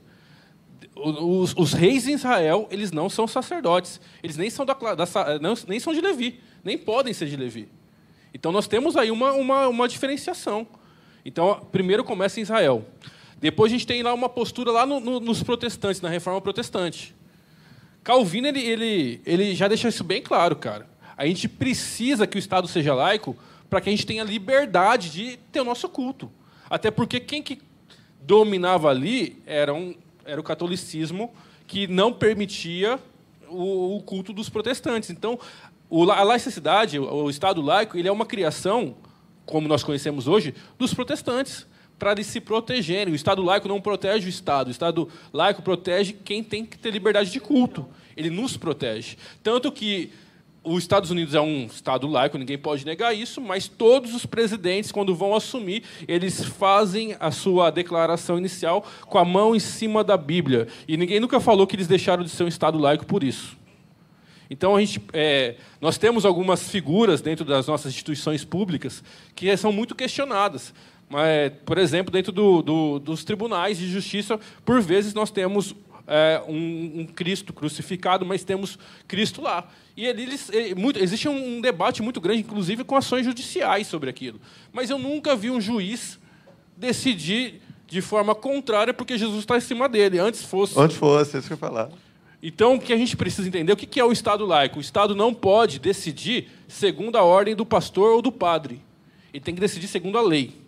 Os, os reis em Israel, eles não são sacerdotes, eles nem são, da, da, não, nem são de Levi, nem podem ser de Levi. Então nós temos aí uma, uma, uma diferenciação. Então, primeiro começa em Israel. Depois a gente tem lá uma postura lá no, no, nos protestantes, na Reforma Protestante. Calvino ele, ele, ele já deixa isso bem claro, cara. A gente precisa que o Estado seja laico para que a gente tenha liberdade de ter o nosso culto. Até porque quem que dominava ali era, um, era o catolicismo, que não permitia o, o culto dos protestantes. Então, o, a laicidade, o, o Estado laico, ele é uma criação, como nós conhecemos hoje, dos protestantes, para eles se protegerem. O Estado laico não protege o Estado. O Estado laico protege quem tem que ter liberdade de culto. Ele nos protege. Tanto que os Estados Unidos é um Estado laico, ninguém pode negar isso, mas todos os presidentes, quando vão assumir, eles fazem a sua declaração inicial com a mão em cima da Bíblia. E ninguém nunca falou que eles deixaram de ser um Estado laico por isso. Então, a gente, é, nós temos algumas figuras dentro das nossas instituições públicas que são muito questionadas. Mas, por exemplo, dentro do, do, dos tribunais de justiça, por vezes nós temos é, um, um Cristo crucificado, mas temos Cristo lá. E eles, ele, muito, existe um, um debate muito grande, inclusive com ações judiciais sobre aquilo. Mas eu nunca vi um juiz decidir de forma contrária porque Jesus está em cima dele. Antes fosse... Antes fosse, isso que eu ia falar. Então, o que a gente precisa entender, o que é o Estado laico? O Estado não pode decidir segundo a ordem do pastor ou do padre. Ele tem que decidir segundo a lei.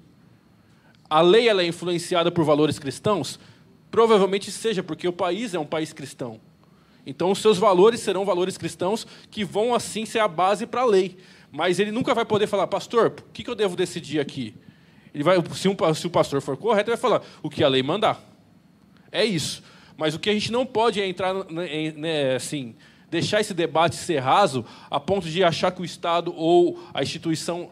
A lei ela é influenciada por valores cristãos? Provavelmente seja, porque o país é um país cristão. Então, os seus valores serão valores cristãos que vão, assim, ser a base para a lei. Mas ele nunca vai poder falar, pastor, o que eu devo decidir aqui? Ele vai, se, um, se o pastor for correto, ele vai falar o que a lei mandar. É isso. Mas o que a gente não pode é entrar, né, assim, deixar esse debate ser raso a ponto de achar que o Estado ou a instituição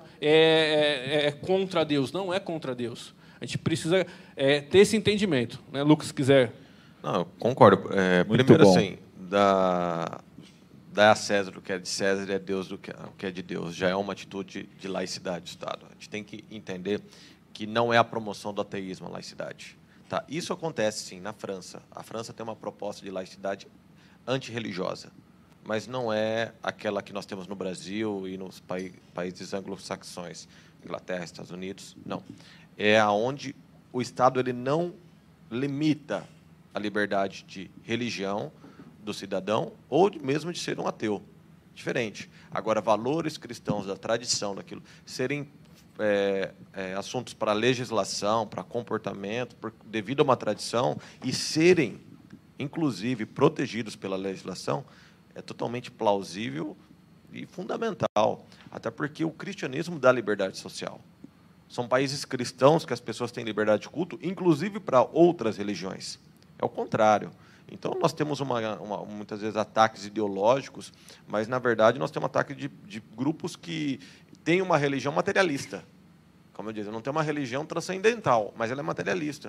é, é, é contra Deus. Não é contra Deus. A gente precisa é, ter esse entendimento. Né? Lucas, se quiser. Não, eu concordo. É, primeiro, bom. assim, da, dar a César o que é de César e a Deus o que é de Deus. Já é uma atitude de laicidade do Estado. A gente tem que entender que não é a promoção do ateísmo a laicidade. Tá? Isso acontece, sim, na França. A França tem uma proposta de laicidade antirreligiosa, mas não é aquela que nós temos no Brasil e nos pa países anglo-saxões, Inglaterra, Estados Unidos, não. É aonde o Estado ele não limita a liberdade de religião do cidadão ou mesmo de ser um ateu. Diferente. Agora, valores cristãos da tradição, daquilo, serem é, é, assuntos para legislação, para comportamento, por, devido a uma tradição, e serem, inclusive, protegidos pela legislação, é totalmente plausível e fundamental. Até porque o cristianismo dá liberdade social. São países cristãos que as pessoas têm liberdade de culto, inclusive para outras religiões. É o contrário. Então, nós temos, uma, uma, muitas vezes, ataques ideológicos, mas, na verdade, nós temos ataque de, de grupos que têm uma religião materialista. Como eu disse, não tem uma religião transcendental, mas ela é materialista.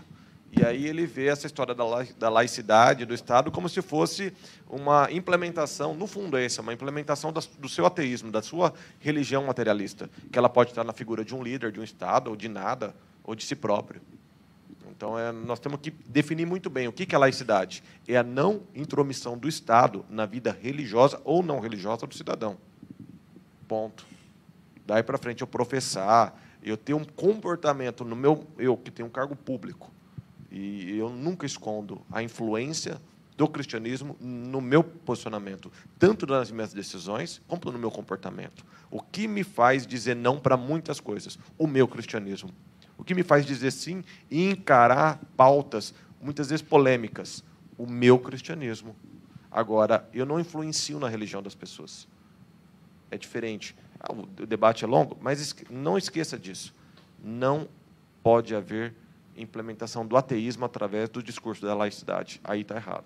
E aí ele vê essa história da, la, da laicidade do Estado como se fosse uma implementação, no fundo é essa, uma implementação da, do seu ateísmo, da sua religião materialista, que ela pode estar na figura de um líder, de um Estado, ou de nada, ou de si próprio. Então, é, nós temos que definir muito bem o que é laicidade. É a não intromissão do Estado na vida religiosa ou não religiosa do cidadão. Ponto. Daí para frente, eu professar, eu ter um comportamento no meu, eu que tenho um cargo público, e eu nunca escondo a influência do cristianismo no meu posicionamento, tanto nas minhas decisões, como no meu comportamento. O que me faz dizer não para muitas coisas? O meu cristianismo. O que me faz dizer sim e encarar pautas, muitas vezes polêmicas? O meu cristianismo. Agora, eu não influencio na religião das pessoas. É diferente. Ah, o debate é longo, mas não esqueça disso. Não pode haver implementação do ateísmo através do discurso da laicidade. Aí está errado.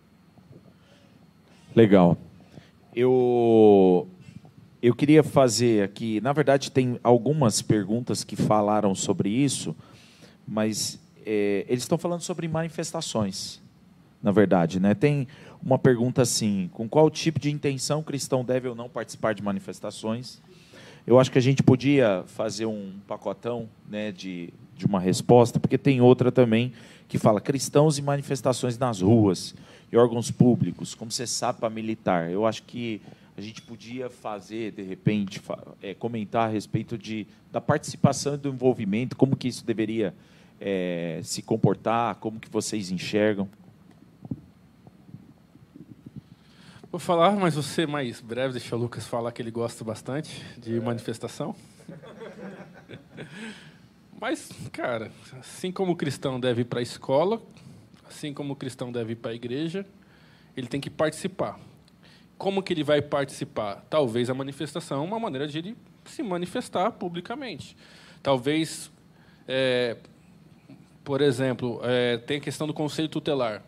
Legal. Eu, eu queria fazer aqui... Na verdade, tem algumas perguntas que falaram sobre isso, mas é, eles estão falando sobre manifestações, na verdade. Né? Tem uma pergunta assim, com qual tipo de intenção o cristão deve ou não participar de manifestações? Eu acho que a gente podia fazer um pacotão, né, de, de uma resposta, porque tem outra também que fala cristãos e manifestações nas ruas e órgãos públicos, como você sabe, para militar. Eu acho que a gente podia fazer, de repente, é, comentar a respeito de, da participação e do envolvimento, como que isso deveria é, se comportar, como que vocês enxergam. Vou falar, mas vou ser mais breve, deixa o Lucas falar que ele gosta bastante de manifestação. Mas, cara, assim como o cristão deve ir para a escola, assim como o cristão deve ir para a igreja, ele tem que participar. Como que ele vai participar? Talvez a manifestação é uma maneira de ele se manifestar publicamente. Talvez, é, por exemplo, é, tem a questão do conselho tutelar.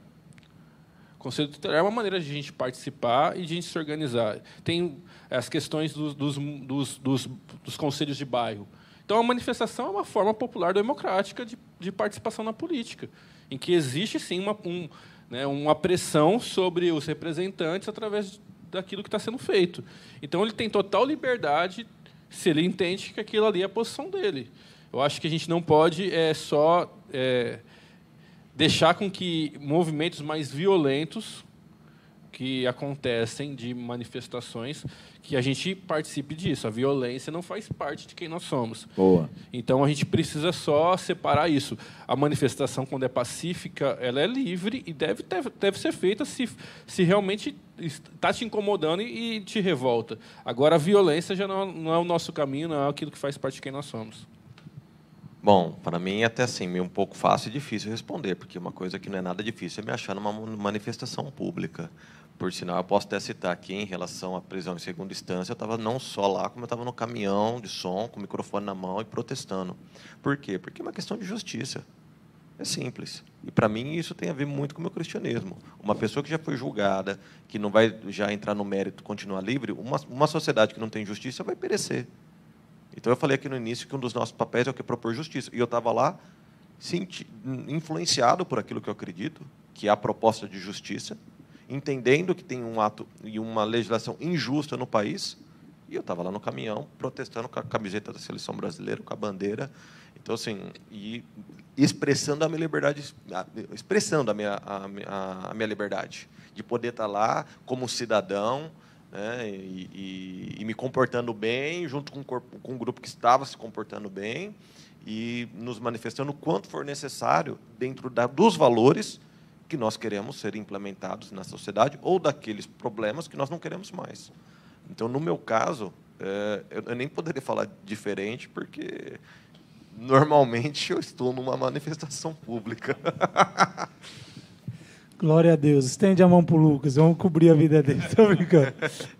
O conselho tutelar é uma maneira de a gente participar e de a gente se organizar. Tem as questões dos, dos, dos, dos, dos conselhos de bairro. Então, a manifestação é uma forma popular democrática de, de participação na política, em que existe, sim, uma, um, né, uma pressão sobre os representantes através daquilo que está sendo feito. Então, ele tem total liberdade se ele entende que aquilo ali é a posição dele. Eu acho que a gente não pode é, só... É, deixar com que movimentos mais violentos que acontecem de manifestações, que a gente participe disso. A violência não faz parte de quem nós somos. Boa. Então, a gente precisa só separar isso. A manifestação, quando é pacífica, ela é livre e deve, deve, deve ser feita se, se realmente está te incomodando e, e te revolta. Agora, a violência já não, não é o nosso caminho, não é aquilo que faz parte de quem nós somos. Bom, para mim é até assim, meio um pouco fácil e difícil responder, porque uma coisa que não é nada difícil é me achar numa manifestação pública. Por sinal, eu posso até citar aqui, em relação à prisão em segunda instância, eu estava não só lá, como eu estava no caminhão de som, com o microfone na mão e protestando. Por quê? Porque é uma questão de justiça. É simples. E, para mim, isso tem a ver muito com o meu cristianismo. Uma pessoa que já foi julgada, que não vai já entrar no mérito, continuar livre, uma, uma sociedade que não tem justiça vai perecer. Então, eu falei aqui no início que um dos nossos papéis é o que? Propor justiça. E eu estava lá, senti, influenciado por aquilo que eu acredito, que é a proposta de justiça, entendendo que tem um ato e uma legislação injusta no país, e eu estava lá no caminhão, protestando com a camiseta da Seleção Brasileira, com a bandeira. Então, assim, e expressando a minha liberdade, expressando a minha, a, a minha liberdade, de poder estar lá como cidadão, né, e, e, e me comportando bem, junto com, corpo, com um grupo que estava se comportando bem, e nos manifestando o quanto for necessário dentro da, dos valores que nós queremos ser implementados na sociedade ou daqueles problemas que nós não queremos mais. Então, no meu caso, é, eu, eu nem poderia falar diferente, porque normalmente eu estou numa manifestação pública. Glória a Deus. Estende a mão para o Lucas, vamos cobrir a vida dele. Estou brincando.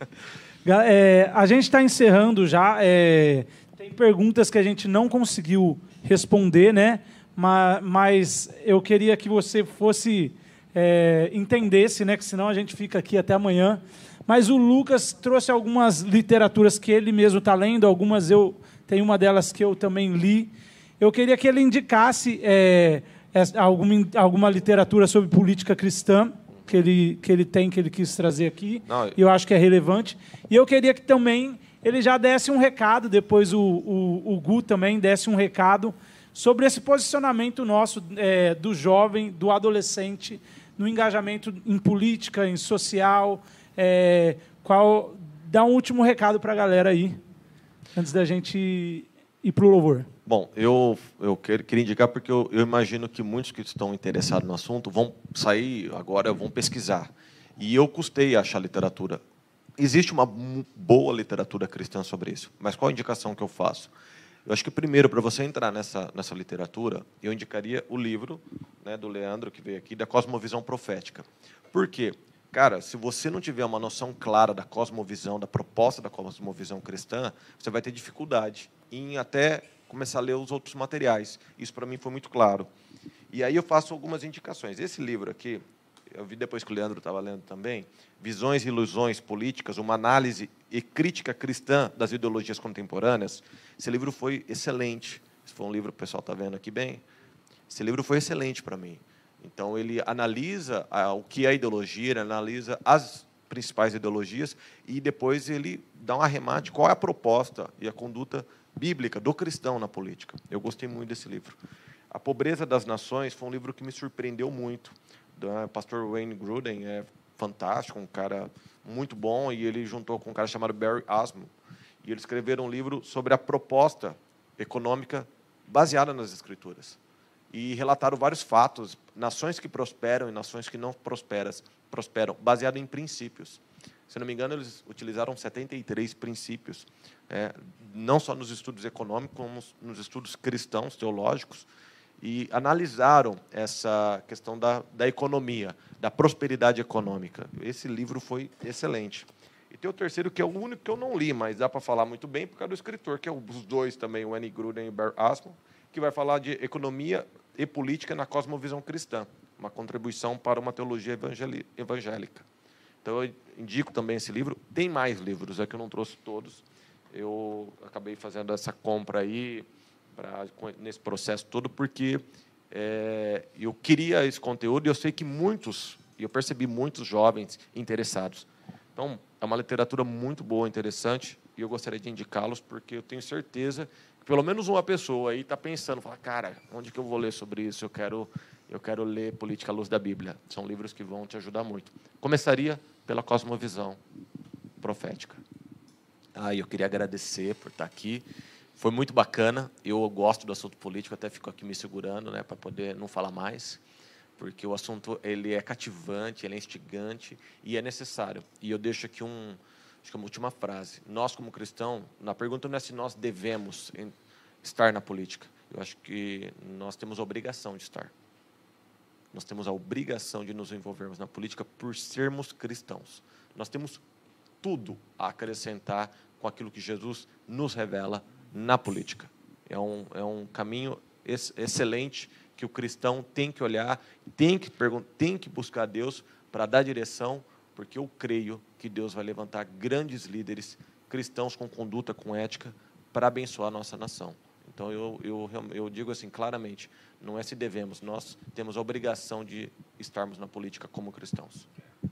É, a gente está encerrando já. É, tem perguntas que a gente não conseguiu responder, né? Mas, mas eu queria que você fosse é, entendesse, né? Que senão a gente fica aqui até amanhã. Mas o Lucas trouxe algumas literaturas que ele mesmo está lendo, algumas eu tem uma delas que eu também li. Eu queria que ele indicasse é, alguma, alguma literatura sobre política cristã que ele, que ele tem, que ele quis trazer aqui. Não, e eu acho que é relevante. E eu queria que também ele já desse um recado, depois o, o, o Gu também desse um recado sobre esse posicionamento nosso é, do jovem, do adolescente, no engajamento em política, em social. É, qual, dá um último recado para a galera aí, antes da gente ir para o louvor. Bom, eu, eu queria indicar porque eu, eu imagino que muitos que estão interessados no assunto vão sair agora, vão pesquisar. E eu custei achar literatura. Existe uma boa literatura cristã sobre isso, mas qual a indicação que eu faço? Eu acho que, primeiro, para você entrar nessa, nessa literatura, eu indicaria o livro, né, do Leandro, que veio aqui, da Cosmovisão Profética. Por quê? Cara, se você não tiver uma noção clara da cosmovisão, da proposta da cosmovisão cristã, você vai ter dificuldade em até começar a ler os outros materiais. Isso, para mim, foi muito claro. E aí eu faço algumas indicações. Esse livro aqui, eu vi depois que o Leandro estava lendo também, Visões e Ilusões Políticas, uma análise e crítica cristã das ideologias contemporâneas. Esse livro foi excelente. Esse foi um livro que o pessoal está vendo aqui bem. Esse livro foi excelente para mim. Então, ele analisa o que é a ideologia, ele analisa as principais ideologias e depois ele dá um arremate qual é a proposta e a conduta bíblica do cristão na política. Eu gostei muito desse livro. A Pobreza das Nações foi um livro que me surpreendeu muito. O pastor Wayne Grudem é fantástico, um cara muito bom, e ele juntou com um cara chamado Barry Asmon, e eles escreveram um livro sobre a proposta econômica baseada nas Escrituras. E relataram vários fatos, nações que prosperam e nações que não prosperam, prosperam baseado em princípios. Se não me engano, eles utilizaram setenta e três princípios, é, não só nos estudos econômicos, como nos estudos cristãos, teológicos, e analisaram essa questão da, da economia, da prosperidade econômica. Esse livro foi excelente. E tem o terceiro, que é o único que eu não li, mas dá para falar muito bem, por causa do escritor, que é os dois também, o Wayne Grudem e o Barry Asmon, que vai falar de economia e política na cosmovisão cristã, uma contribuição para uma teologia evangélica. Então, eu indico também esse livro. Tem mais livros, é que eu não trouxe todos. Eu acabei fazendo essa compra aí, pra, nesse processo todo, porque é, eu queria esse conteúdo e eu sei que muitos, e eu percebi muitos jovens interessados. Então, é uma literatura muito boa, interessante, e eu gostaria de indicá-los, porque eu tenho certeza que pelo menos uma pessoa aí está pensando, fala, cara, onde que eu vou ler sobre isso? Eu quero, eu quero ler Política à Luz da Bíblia. São livros que vão te ajudar muito. Começaria pela Cosmovisão Profética. Ah, eu queria agradecer por estar aqui. Foi muito bacana. Eu gosto do assunto político, até fico aqui me segurando, né, para poder não falar mais, porque o assunto ele é cativante, ele é instigante e é necessário. E eu deixo aqui um, acho que uma última frase. Nós, como cristãos, na pergunta não é se nós devemos estar na política. Eu acho que nós temos a obrigação de estar. Nós temos a obrigação de nos envolvermos na política por sermos cristãos. Nós temos tudo a acrescentar com aquilo que Jesus nos revela na política. É um, é um caminho ex- excelente que o cristão tem que olhar, tem que, tem que buscar Deus para dar direção, porque eu creio que Deus vai levantar grandes líderes cristãos com conduta, com ética, para abençoar a nossa nação. Então, eu, eu, eu digo assim claramente, não é se devemos, nós temos a obrigação de estarmos na política como cristãos.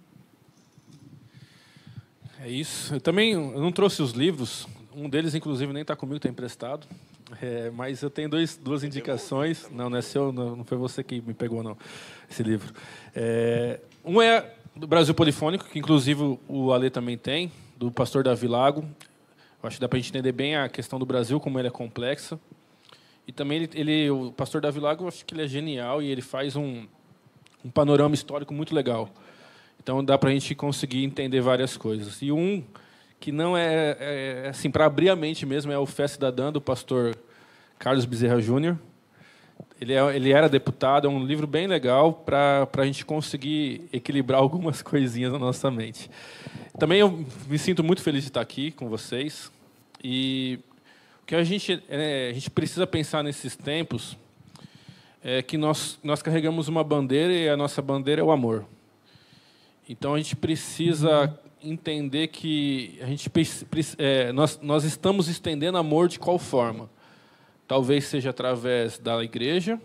É isso. Eu também eu não trouxe os livros, um deles, inclusive, nem está comigo, está emprestado. É, mas eu tenho dois, duas indicações. Não, não é seu, não, não foi você que me pegou, não, esse livro. É, um é do Brasil Polifônico, que inclusive o Ale também tem, do pastor Davi Lago. Eu acho que dá para a gente entender bem a questão do Brasil, como ele é complexa. E também ele, ele, o pastor Davi Lago, eu acho que ele é genial e ele faz um, um panorama histórico muito legal. Então dá para a gente conseguir entender várias coisas. E um que não é, é assim, para abrir a mente mesmo, é o Fé Cidadã, do pastor Carlos Bezerra Júnior Ele, é, ele era deputado, é um livro bem legal para a gente conseguir equilibrar algumas coisinhas na nossa mente. Também eu me sinto muito feliz de estar aqui com vocês. E o que a gente, é, a gente precisa pensar nesses tempos é que nós, nós carregamos uma bandeira e a nossa bandeira é o amor. Então, a gente precisa entender que a gente, é, nós, nós estamos estendendo amor de qual forma? Talvez seja através da igreja,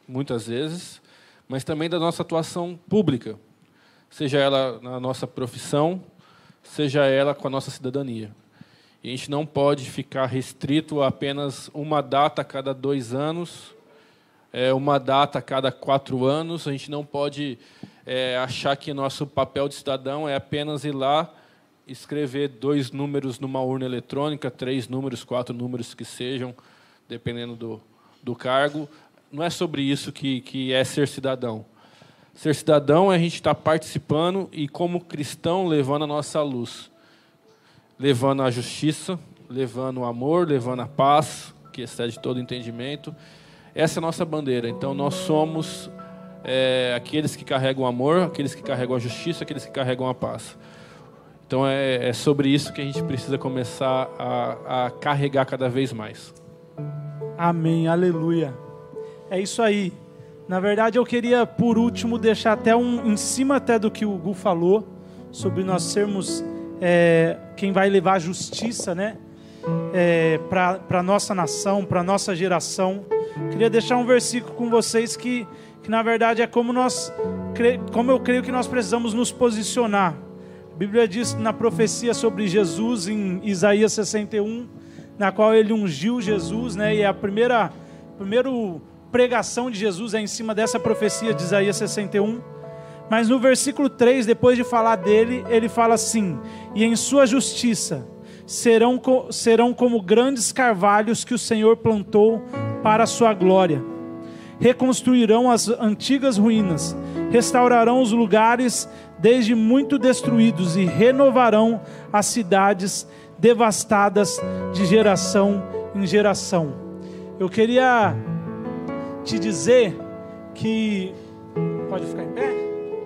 muitas vezes, mas também da nossa atuação pública, seja ela na nossa profissão, seja ela com a nossa cidadania. E a gente não pode ficar restrito a apenas uma data a cada dois anos, é, uma data a cada quatro anos. A gente não pode é, achar que nosso papel de cidadão é apenas ir lá, escrever dois números numa urna eletrônica, três números, quatro números que sejam, dependendo do, do cargo. Não é sobre isso que, que é ser cidadão. Ser cidadão é a gente estar participando e, como cristão, levando a nossa luz. Levando a justiça, levando o amor, levando a paz, que excede todo entendimento. Essa é a nossa bandeira. Então, nós somos é, aqueles que carregam o amor, aqueles que carregam a justiça, aqueles que carregam a paz. Então, é, é sobre isso que a gente precisa começar a, a carregar cada vez mais. Amém, aleluia. É isso aí. Na verdade, eu queria, por último, deixar até um, em cima até do que o Gu falou, sobre nós sermos é, quem vai levar a justiça, né, é, para a nossa nação, para a nossa geração. Queria deixar um versículo com vocês que, que na verdade, é como, nós, como eu creio que nós precisamos nos posicionar. A Bíblia diz na profecia sobre Jesus, em Isaías sessenta e um, na qual ele ungiu Jesus, né, e é a primeira... primeiro pregação de Jesus é em cima dessa profecia de Isaías sessenta e um, mas no versículo três, depois de falar dele, ele fala assim: e em sua justiça serão, serão como grandes carvalhos que o Senhor plantou para a sua glória, reconstruirão as antigas ruínas, restaurarão os lugares desde muito destruídos e renovarão as cidades devastadas de geração em geração. Eu queria te dizer que... Pode ficar em pé?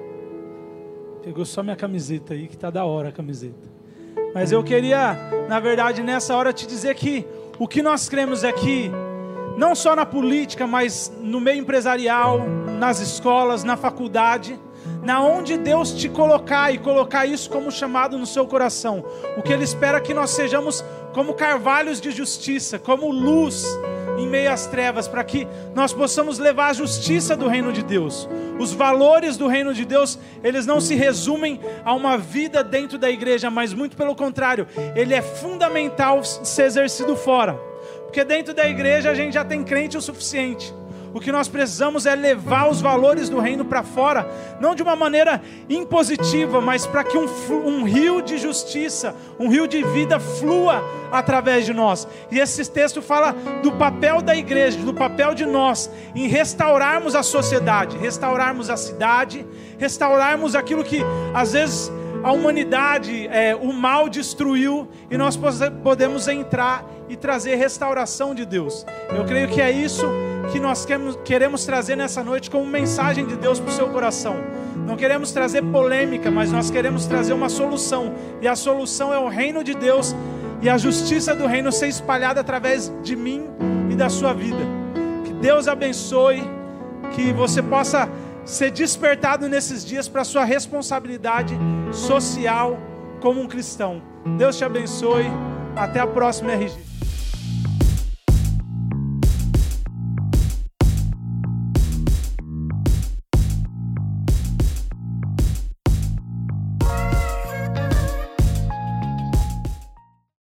Pegou só minha camiseta aí, que tá da hora a camiseta. Mas eu queria, na verdade, nessa hora te dizer que o que nós cremos é que, não só na política, mas no meio empresarial, nas escolas, na faculdade, na onde Deus te colocar e colocar isso como chamado no seu coração, o que Ele espera é que nós sejamos como carvalhos de justiça, como luz em meio às trevas, para que nós possamos levar a justiça do reino de Deus. Os valores do reino de Deus, eles não se resumem a uma vida dentro da igreja, mas muito pelo contrário, ele é fundamental ser exercido fora, porque dentro da igreja a gente já tem crente o suficiente. O que nós precisamos é levar os valores do reino para fora, não de uma maneira impositiva, mas para que um, um rio de justiça, um rio de vida flua através de nós. E esse texto fala do papel da igreja, do papel de nós em restaurarmos a sociedade, restaurarmos a cidade, restaurarmos aquilo que às vezes a humanidade, é, o mal destruiu, e nós podemos entrar e trazer restauração de Deus. Eu creio que é isso que nós queremos, queremos trazer nessa noite como mensagem de Deus para o seu coração. Não queremos trazer polêmica, mas nós queremos trazer uma solução, e a solução é o reino de Deus e a justiça do reino ser espalhada através de mim e da sua vida. Que Deus abençoe, que você possa ser despertado nesses dias para a sua responsabilidade social como um cristão. Deus te abençoe. Até a próxima, R G.